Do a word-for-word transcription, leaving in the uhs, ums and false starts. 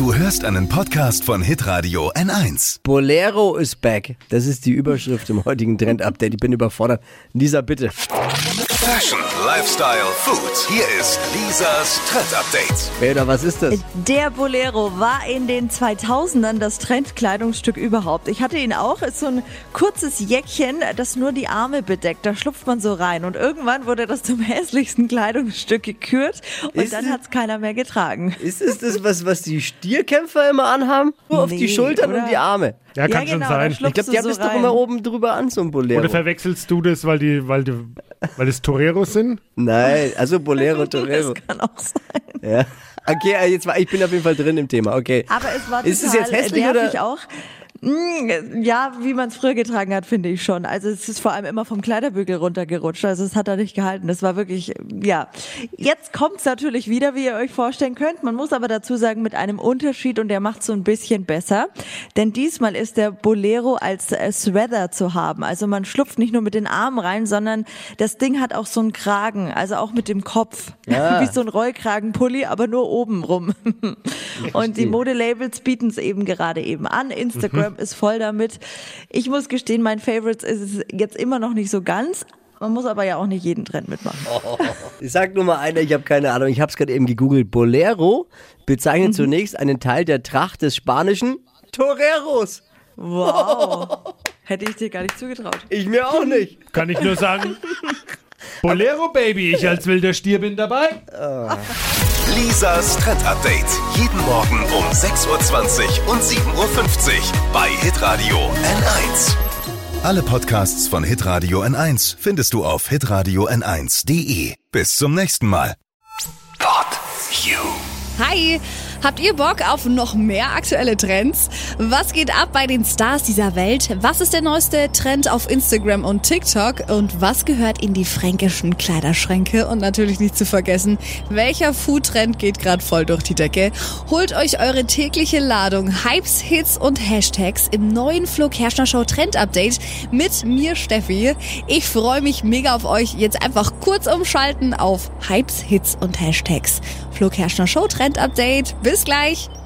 Du hörst einen Podcast von Hitradio N eins. Bolero is back. Das ist die Überschrift im heutigen Trend-Update. Ich bin überfordert. Lisa, bitte. Fashion, Lifestyle, Food. Hier ist Lisas Trend-Update. Oder was ist das? Der Bolero war in den zweitausendern das Trendkleidungsstück überhaupt. Ich hatte ihn auch. Ist so ein kurzes Jäckchen, das nur die Arme bedeckt. Da schlupft man so rein. Und irgendwann wurde das zum hässlichsten Kleidungsstück gekürt. Und Ist dann es- hat es keiner mehr getragen. Ist es das, was, was die Stierkämpfer immer anhaben? Nur auf Nee, die Schultern oder? und die Arme. Ja, kann ja, schon genau, sein. da schlupfst Ich glaube, die du haben so das doch rein. immer oben drüber an, so ein Bolero. Oder verwechselst du das, weil die, weil die, weil es Toreros sind? Nein, also Bolero, Torero. Das kann auch sein. Ja. Okay, äh, jetzt war, ich bin auf jeden Fall drin im Thema, okay. Aber es war Ist es total jetzt hässlich nervig oder? auch. Mm, Ja, wie man es früher getragen hat, finde ich schon. Also es ist vor allem immer vom Kleiderbügel runtergerutscht. Also es hat da nicht gehalten. Das war wirklich, ja. Jetzt kommt es natürlich wieder, wie ihr euch vorstellen könnt. Man muss aber dazu sagen, mit einem Unterschied und der macht so ein bisschen besser. Denn diesmal ist der Bolero als äh, Sweater zu haben. Also man schlupft nicht nur mit den Armen rein, sondern das Ding hat auch so einen Kragen. Also auch mit dem Kopf. Ja. Wie so ein Rollkragenpulli, aber nur oben rum. Und die Modelabels bieten es eben gerade eben an. Instagram ist voll damit. Ich muss gestehen, mein Favorite ist es jetzt immer noch nicht so ganz. Man muss aber ja auch nicht jeden Trend mitmachen. Ich sag nur mal einer, ich habe keine Ahnung, ich habe es gerade eben gegoogelt. Bolero bezeichnet Mhm. zunächst einen Teil der Tracht des spanischen Toreros. Wow. Hätte ich dir gar nicht zugetraut. Ich mir auch nicht. Kann ich nur sagen, Bolero Baby, ich als wilder Stier bin dabei. Lisas Trend-Update. Jeden Morgen um sechs Uhr zwanzig und sieben Uhr fünfzig bei Hitradio N eins. Alle Podcasts von Hitradio N eins findest du auf hitradio n eins punkt de. Bis zum nächsten Mal. Pod You. Hi, habt ihr Bock auf noch mehr aktuelle Trends? Was geht ab bei den Stars dieser Welt? Was ist der neueste Trend auf Instagram und TikTok? Und was gehört in die fränkischen Kleiderschränke? Und natürlich nicht zu vergessen, welcher Food-Trend geht gerade voll durch die Decke? Holt euch eure tägliche Ladung Hypes, Hits und Hashtags im neuen Flo Kerschner Show Trend Update mit mir, Steffi. Ich freue mich mega auf euch. Jetzt einfach kurz umschalten auf Hypes, Hits und Hashtags. Flo Kerschner Show Trend Update. Bis gleich.